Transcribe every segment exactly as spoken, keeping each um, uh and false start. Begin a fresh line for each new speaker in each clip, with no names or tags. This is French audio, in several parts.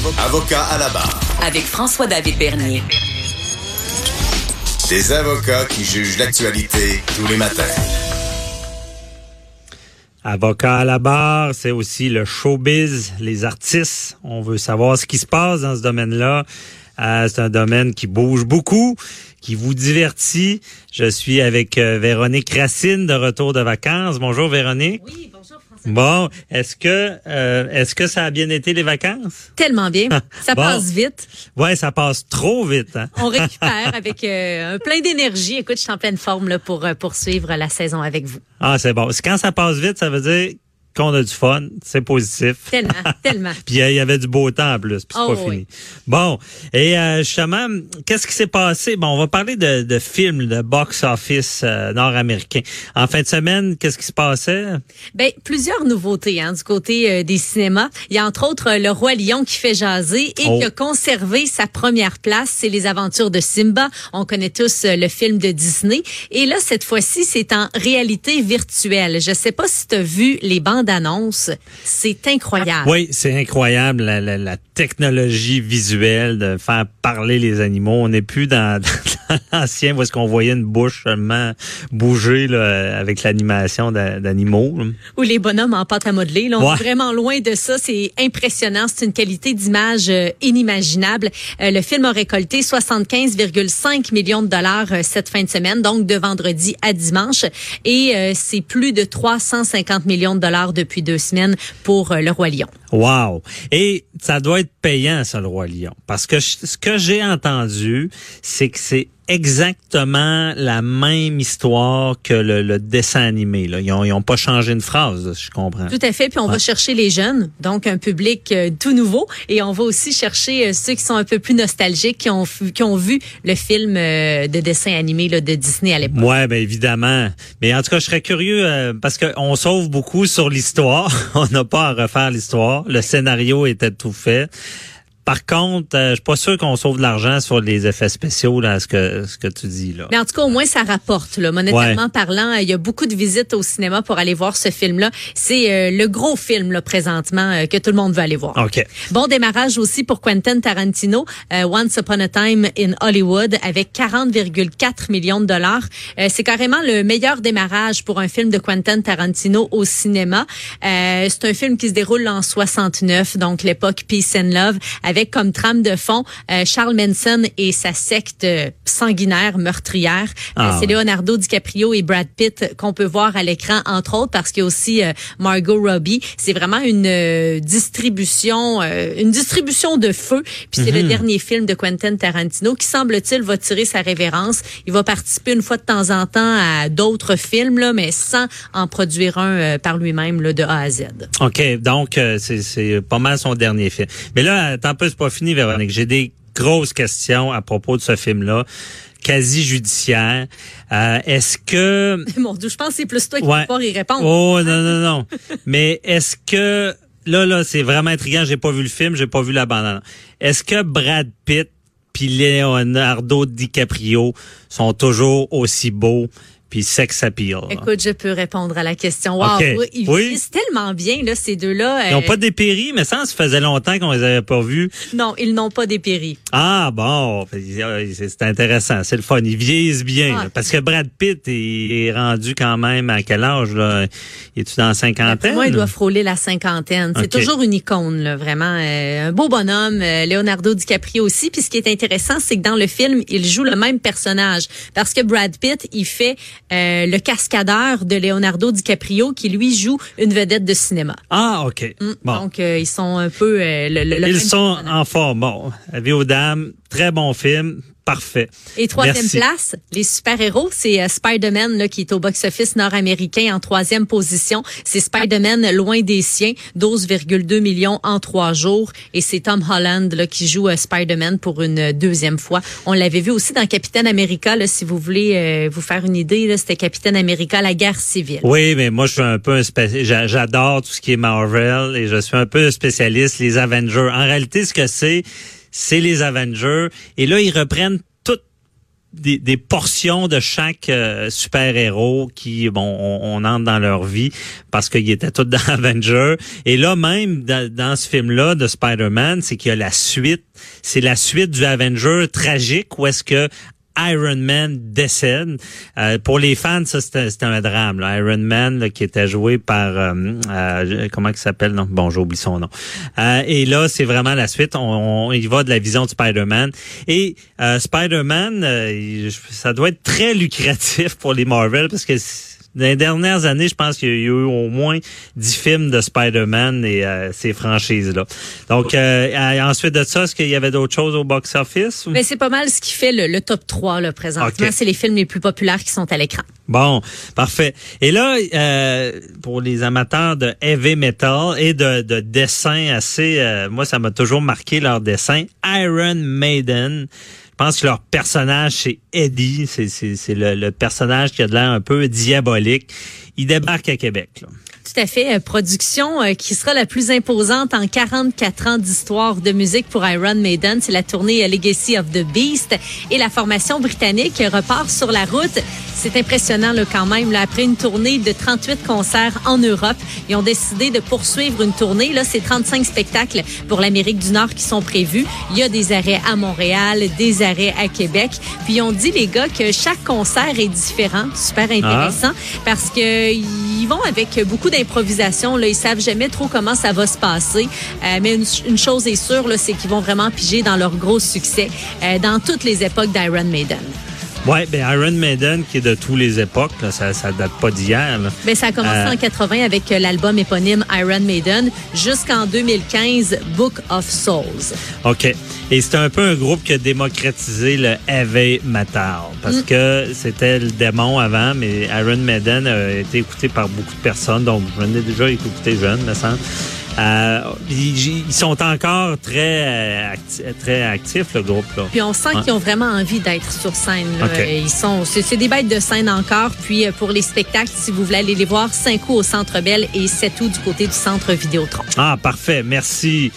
Avocat à la barre.
Avec François-David Bernier.
Des avocats qui jugent l'actualité tous les matins.
Avocat à la barre, c'est aussi le showbiz, les artistes. On veut savoir ce qui se passe dans ce domaine-là. Euh, c'est un domaine qui bouge beaucoup, qui vous divertit. Je suis avec euh, Véronique Racine de retour de vacances. Bonjour Véronique.
Oui, bonjour François.
Bon, est-ce que euh, est-ce que ça a bien été les vacances?
Tellement bien. Ça
Bon.
passe vite.
Ouais, ça passe trop vite. Hein?
On récupère avec euh, un plein d'énergie. Écoute, je suis en pleine forme là, pour euh, poursuivre la saison avec vous.
Ah, c'est bon. Quand ça passe vite, ça veut dire qu'on a du fun, c'est positif.
Tellement, tellement.
Puis il y avait du beau temps en plus, puis c'est
Oh,
pas
oui.
fini. Bon, et euh, justement, qu'est-ce qui s'est passé? Bon, on va parler de, de films, de box-office euh, nord-américain. En fin de semaine, qu'est-ce qui se passait?
Ben plusieurs nouveautés hein, du côté euh, des cinémas. Il y a entre autres euh, Le Roi Lion qui fait jaser et
Oh.
qui a conservé sa première place. C'est Les Aventures de Simba. On connaît tous euh, le film de Disney. Et là, cette fois-ci, c'est en réalité virtuelle. Je sais pas si tu as vu les bandes annonces. C'est incroyable.
Oui, c'est incroyable, la, la, la technologie visuelle de faire parler les animaux. On n'est plus dans, dans l'ancien où est-ce qu'on voyait une bouche seulement bouger là, avec l'animation d'a- d'animaux. là.
Ou les bonhommes en pâte à modeler. Là, on
Ouais.
est vraiment loin de ça. C'est impressionnant. C'est une qualité d'image euh, inimaginable. Euh, le film a récolté soixante-quinze virgule cinq millions de dollars euh, cette fin de semaine, donc de vendredi à dimanche. Et euh, c'est plus de trois cent cinquante millions de dollars depuis deux semaines pour euh, Le Roi Lion.
Wow! Et ça doit être payant, ça, le Roi Lion. Parce que je- ce que j'ai entendu, c'est que c'est exactement la même histoire que le, le dessin animé. Là. Ils ont, ils ont pas changé une phrase, là, si je comprends.
Tout à fait. Puis on
Ouais.
va chercher les jeunes, donc un public euh, tout nouveau. Et on va aussi chercher euh, ceux qui sont un peu plus nostalgiques, qui ont, vu- qui ont vu le film euh, de dessin animé là, de Disney à l'époque.
Ouais, ben évidemment. Mais en tout cas, je serais curieux euh, parce qu'on sauve beaucoup sur l'histoire. On n'a pas à refaire l'histoire. Le scénario était tout fait. Par contre, euh, je suis pas sûr qu'on sauve de l'argent sur les effets spéciaux, là, ce que ce que tu dis là.
Mais en tout cas, au moins, ça rapporte. Là. Monétairement parlant, il y a beaucoup de visites au cinéma pour aller voir ce film-là. C'est euh, le gros film là, présentement euh, que tout le monde veut aller voir.
OK.
Bon démarrage aussi pour Quentin Tarantino, euh, Once Upon a Time in Hollywood, avec quarante virgule quatre millions de dollars. Euh, c'est carrément le meilleur démarrage pour un film de Quentin Tarantino au cinéma. Euh, c'est un film qui se déroule en soixante-neuf, donc l'époque Peace and Love, avec comme trame de fond euh, Charles Manson et sa secte euh, sanguinaire, meurtrière.
Ah,
Euh, c'est
ouais.
Leonardo DiCaprio et Brad Pitt qu'on peut voir à l'écran, entre autres, parce qu'il y a aussi euh, Margot Robbie. C'est vraiment une euh, distribution, euh, une distribution de feu. Puis c'est
Mhm.
le dernier film de Quentin Tarantino qui, semble-t-il, va tirer sa révérence. Il va participer une fois de temps en temps à d'autres films, là, mais sans en produire un euh, par lui-même là, de A à Z.
OK, donc euh, c'est c'est pas mal son dernier film. Mais là, attends un peu, c'est pas fini, Véronique. J'ai des grosses questions à propos de ce film-là, quasi judiciaire. Euh, est-ce que
Mon Dieu, je pense que c'est plus toi qui
Ouais.
vas pouvoir y répondre.
Oh non non non. Mais est-ce que là là, c'est vraiment intriguant, j'ai pas vu le film, j'ai pas vu la bande. Est-ce que Brad Pitt puis Leonardo DiCaprio sont toujours aussi beaux puis sex appeal? là?
Écoute, je peux répondre à la question. Wow,
OK.
oui, ils
Oui.
vieillissent tellement bien, là, ces deux-là.
Ils n'ont
Euh,
pas dépéri, mais ça, ça faisait longtemps qu'on les avait pas vus.
Non, ils n'ont pas dépéri.
Ah bon, c'est c'est intéressant, c'est le fun. Ils vieillissent bien,
Ah.
là, parce que Brad Pitt est, est rendu quand même à quel âge là? Es-tu dans la cinquantaine?
Moi, il doit frôler la cinquantaine. C'est
OK.
toujours une icône, là, vraiment. Euh, un beau bonhomme, euh, Leonardo DiCaprio aussi. Puis ce qui est intéressant, c'est que dans le film, il joue le même personnage. Parce que Brad Pitt, il fait euh, le cascadeur de Leonardo DiCaprio qui, lui, joue une vedette de cinéma.
Ah, OK.
Mm.
Bon.
Donc, euh, ils sont un peu euh, le, le- le
Ils
même
sont
personnage.
en forme. Bon, avis aux dames, très bon film. Parfait.
Et troisième
Merci.
place, les super-héros, c'est euh, Spider-Man là, qui est au box-office nord-américain en troisième position. C'est Spider-Man loin des siens, douze virgule deux millions en trois jours. Et c'est Tom Holland là, qui joue euh, Spider-Man pour une euh, deuxième fois. On l'avait vu aussi dans Capitaine America, là, si vous voulez euh, vous faire une idée. Là, c'était Capitaine America, la guerre civile.
Oui, mais moi, je suis un peu un spécialiste. J'a- J'adore tout ce qui est Marvel et je suis un peu un spécialiste, les Avengers. En réalité, ce que c'est, c'est les Avengers. Et là, ils reprennent tout des, des portions de chaque euh, super-héros qui, bon, on, on entre dans leur vie parce qu'ils étaient tous dans Avengers. Et là, même, dans, dans ce film-là de Spider-Man, c'est qu'il y a la suite. C'est la suite du Avenger tragique où est-ce que Iron Man décède. Euh, pour les fans, ça c'était, c'était un drame. Là. Iron Man là, qui était joué par euh, euh, comment il s'appelle non bon j'ai oublié son nom. Euh, et là c'est vraiment la suite. On, on il va de la vision de Spider-Man et euh, Spider-Man, euh, ça doit être très lucratif pour les Marvel parce que dans les dernières années, je pense qu'il y a eu au moins dix films de Spider-Man et euh, ces franchises-là. Donc, euh, ensuite de ça, est-ce qu'il y avait d'autres choses au box-office?
Mais c'est pas mal ce qui fait le, le top trois là, présentement. Okay. C'est les films les plus populaires qui sont à l'écran.
Bon, parfait. Et là, euh, pour les amateurs de heavy metal et de, de dessins assez... Euh, moi, ça m'a toujours marqué leur dessin. Iron Maiden... Je pense que leur personnage, c'est Eddie. C'est, c'est, c'est le, le personnage qui a de l'air un peu diabolique. Il débarque à Québec, là.
Tout à fait. Production euh, qui sera la plus imposante en quarante-quatre ans d'histoire de musique pour Iron Maiden. C'est la tournée Legacy of the Beast. Et la formation britannique repart sur la route. C'est impressionnant là, quand même. Là, après une tournée de trente-huit concerts en Europe, ils ont décidé de poursuivre une tournée. Là, c'est trente-cinq spectacles pour l'Amérique du Nord qui sont prévus. Il y a des arrêts à Montréal, des arrêts à Québec. Puis, on dit, les gars, que chaque concert est différent. Super intéressant. Ah. Parce que ils vont avec beaucoup d'improvisation. Là, ils savent jamais trop comment ça va se passer. Euh, mais une, une chose est sûre, là, c'est qu'ils vont vraiment piger dans leur gros succès euh, dans toutes les époques d'Iron Maiden.
Ouais, ben Iron Maiden qui est de toutes les époques, là, ça ça date pas d'hier. Là.
Ben ça a commencé euh... en quatre-vingts avec l'album éponyme Iron Maiden jusqu'en deux mille quinze Book of Souls.
OK. Et c'est un peu un groupe qui a démocratisé le heavy metal parce mm. que c'était le démon avant, mais Iron Maiden a été écouté par beaucoup de personnes, donc j'en ai déjà écouté jeune, me semble. Euh, ils, ils sont encore très acti- très actifs, le groupe là.
Puis on sent ouais. qu'ils ont vraiment envie d'être sur scène. Là. Okay. Ils sont, c'est, c'est des bêtes de scène encore. Puis pour les spectacles, si vous voulez aller les voir, cinq août au Centre Bell et sept août du côté du Centre Vidéotron.
Ah parfait, merci.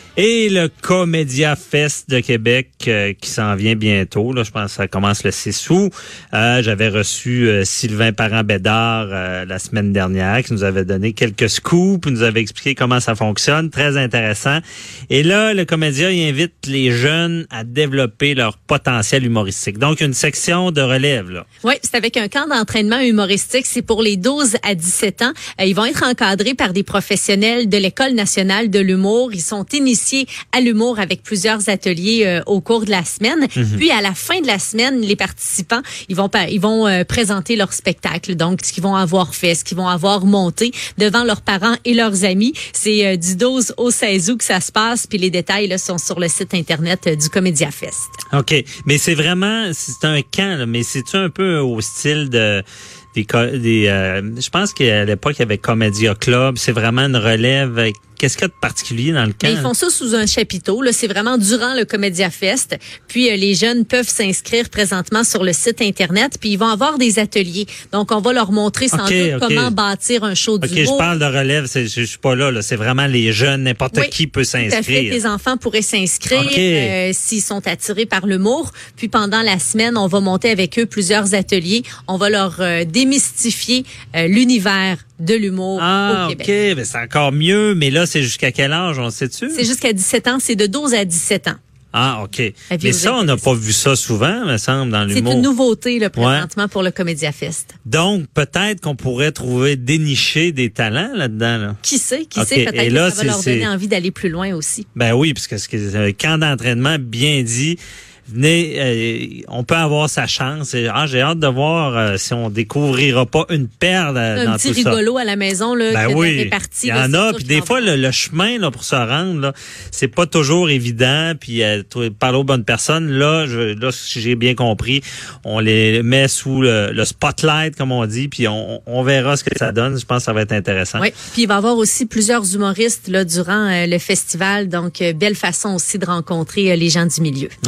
Et le Comédia Fest de Québec euh, qui s'en vient bientôt. Là, je pense que ça commence le six août. Euh, j'avais reçu euh, Sylvain Parent-Bédard euh, la semaine dernière qui nous avait donné quelques scoops, nous avait expliqué comment ça fonctionne. Très intéressant. Et là, le Comédia il invite les jeunes à développer leur potentiel humoristique. Donc, une section de relève. Là.
Oui, c'est avec un camp d'entraînement humoristique. C'est pour les douze à dix-sept ans. Euh, ils vont être encadrés par des professionnels de l'École nationale de l'humour. Ils sont initiés à l'humour avec plusieurs ateliers euh, au cours de la semaine. Mm-hmm. Puis à la fin de la semaine, les participants, ils vont ils vont euh, présenter leur spectacle, donc ce qu'ils vont avoir fait, ce qu'ils vont avoir monté devant leurs parents et leurs amis. C'est euh, du douze au seize août que ça se passe, puis les détails là, sont sur le site internet euh, du Comédia Fest.
OK, mais c'est vraiment c'est un camp là, mais c'est-tu un peu au style de des, des euh, je pense qu'à l'époque il y avait Comédia Club, c'est vraiment une relève avec qu'est-ce qu'il y a de particulier dans le camp?
Mais ils font ça sous un chapiteau. Là, c'est vraiment durant le Comédia Fest. Puis euh, les jeunes peuvent s'inscrire présentement sur le site internet. Puis ils vont avoir des ateliers. Donc on va leur montrer sans okay, doute okay. comment bâtir un show d'humour.
Ok, je parle de relève. C'est, je, je suis pas là. là. C'est vraiment les jeunes. N'importe oui, qui peut s'inscrire.
Tout à fait. Les enfants pourraient s'inscrire okay. euh, s'ils sont attirés par l'humour. Puis pendant la semaine, on va monter avec eux plusieurs ateliers. On va leur euh, démystifier euh, l'univers de l'humour
ah,
au Québec.
OK, mais c'est encore mieux, mais là, c'est jusqu'à quel âge, on le sait-tu?
C'est jusqu'à dix-sept ans, c'est de douze à dix-sept ans.
Ah, OK. Mais ça, on n'a pas vu ça souvent, me semble, dans l'humour.
C'est une nouveauté, là, présentement, ouais. pour le Comédia Fest.
Donc, peut-être qu'on pourrait trouver, dénicher des talents là-dedans, là.
Qui sait, qui okay. sait, peut-être là, que ça va leur donner envie d'aller plus loin aussi.
Ben oui, parce que c'est un camp d'entraînement bien dit. Venez, euh, on peut avoir sa chance. Ah, j'ai hâte de voir euh, si on découvrira pas une perle euh, dans tout ça.
Un petit rigolo à la maison là,
ben
qui
oui,
est réparti.
Il y en a, puis des fois le, le chemin là pour se rendre là, c'est pas toujours évident. Puis euh, parler aux bonnes personnes là, je, là si j'ai bien compris, on les met sous le, le spotlight comme on dit, puis on, on verra ce que ça donne. Je pense que ça va être intéressant.
Oui, puis il va y avoir aussi plusieurs humoristes là durant euh, le festival, donc euh, belle façon aussi de rencontrer euh, les gens du milieu.
Ah super.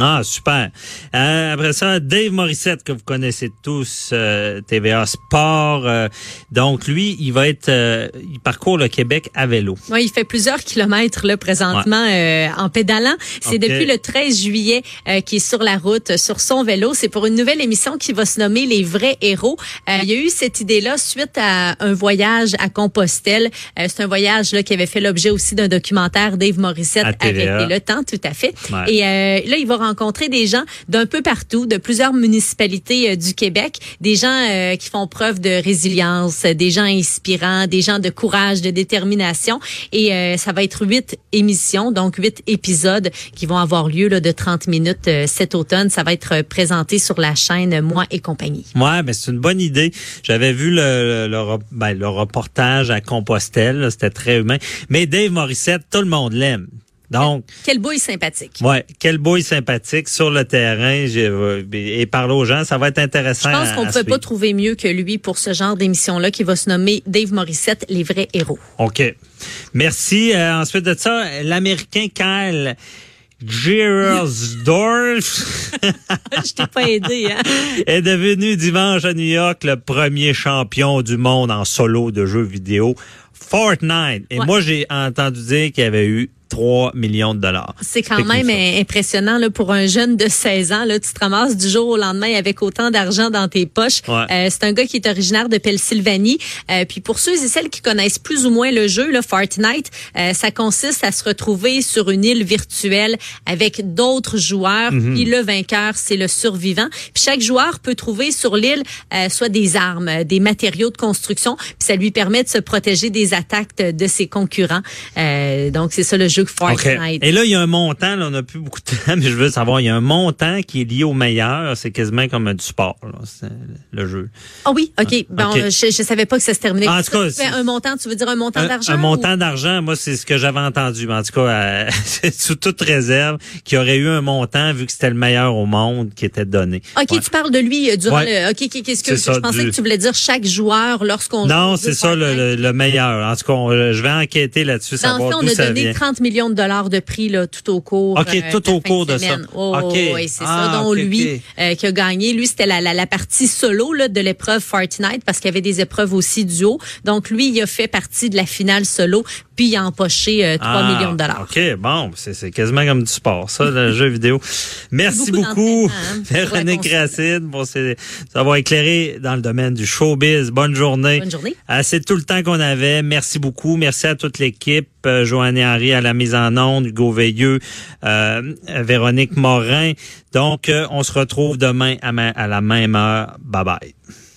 super. Euh, après ça, Dave Morissette, que vous connaissez tous, euh, T V A Sport. Euh, donc, lui, il va être... Euh, il parcourt le Québec à vélo.
Oui, il fait plusieurs kilomètres là présentement ouais. euh, en pédalant. C'est okay. depuis le treize juillet euh, qu'il est sur la route, sur son vélo. C'est pour une nouvelle émission qui va se nommer Les vrais héros. Euh, il y a eu cette idée-là suite à un voyage à Compostelle. Euh, c'est un voyage là qui avait fait l'objet aussi d'un documentaire Dave Morissette avec Le Temps, tout à fait. Ouais. Et euh, là, il va rencontrer des gens d'un peu partout, de plusieurs municipalités euh, du Québec, des gens euh, qui font preuve de résilience, des gens inspirants, des gens de courage, de détermination. Et euh, ça va être huit émissions, donc huit épisodes qui vont avoir lieu là, de trente minutes euh, cet automne. Ça va être présenté sur la chaîne Moi et compagnie.
Ouais, ben c'est une bonne idée. J'avais vu le, le, le, ben, le reportage à Compostelle, là, c'était très humain. Mais Dave Morissette, tout le monde l'aime. Donc,
quelle bouille sympathique.
Ouais, quelle bouille sympathique sur le terrain et parler aux gens, ça va être intéressant.
Je pense qu'on ne peut pas trouver mieux que lui pour ce genre d'émission-là qui va se nommer Dave Morissette, les vrais héros.
OK. Merci. Euh, ensuite de ça, l'Américain Kyle Giersdorf
je t'ai pas aidé, hein?
est devenu dimanche à New York le premier champion du monde en solo de jeux vidéo Fortnite. Et ouais. moi, j'ai entendu dire qu'il y avait eu trois millions de dollars.
C'est quand même impressionnant là, pour un jeune de seize ans. Là, tu te ramasses du jour au lendemain avec autant d'argent dans tes poches. Ouais. Euh, c'est un gars qui est originaire de Pennsylvanie. Euh, puis pour ceux et celles qui connaissent plus ou moins le jeu, là, Fortnite, euh, ça consiste à se retrouver sur une île virtuelle avec d'autres joueurs. Mm-hmm. Puis le vainqueur, c'est le survivant. Puis chaque joueur peut trouver sur l'île euh, soit des armes, des matériaux de construction. Puis ça lui permet de se protéger des attaques de, de ses concurrents. Euh, donc c'est ça le jeu. Fortnite.
Okay. Et là, il y a un montant, là, on n'a plus beaucoup de temps, mais je veux savoir, il y a un montant qui est lié au meilleur, c'est quasiment comme du sport, là, c'est le jeu.
Ah oui, OK. Ah, bon, okay. Je, je savais pas que ça se terminait.
En tout cas,
tu fais un montant, tu veux dire un montant
un,
d'argent?
Un montant ou... d'argent, moi, c'est ce que j'avais entendu. Mais en tout cas, euh, sous toute réserve, qu'il y aurait eu un montant, vu que c'était le meilleur au monde, qui était donné.
OK, ouais. Tu parles de lui durant ouais. le... OK, qu'est-ce que...
Ça,
je pensais
du...
que tu voulais dire chaque joueur lorsqu'on...
Non, c'est ça, le, le, le meilleur. En tout cas, on, je vais enquêter là-dessus, savoir d'où ça vient.
En fait, on a donné trente millions de dollars de prix là, tout au cours.
OK,
euh,
tout au cours de, de ça.
Oh,
okay.
Oui, c'est
ah,
ça. Donc,
okay,
lui,
okay.
Euh, qui a gagné, lui, c'était la, la, la partie solo là, de l'épreuve Fortnite parce qu'il y avait des épreuves aussi duo. Donc, lui, il a fait partie de la finale solo, puis il a empoché euh, trois
ah,
millions de dollars.
OK, bon, c'est, c'est quasiment comme du sport, ça, le jeu vidéo. Merci beaucoup, beaucoup hein, Véronique Racine, pour s'avoir éclairé dans le domaine du showbiz. Bonne journée.
Bonne journée.
Euh, c'est tout le temps qu'on avait. Merci beaucoup. Merci à toute l'équipe. Euh, Joanne Henry à la mise en onde, Hugo Veilleux, euh, Véronique Morin. Donc, euh, on se retrouve demain à, ma- à la même heure. Bye bye.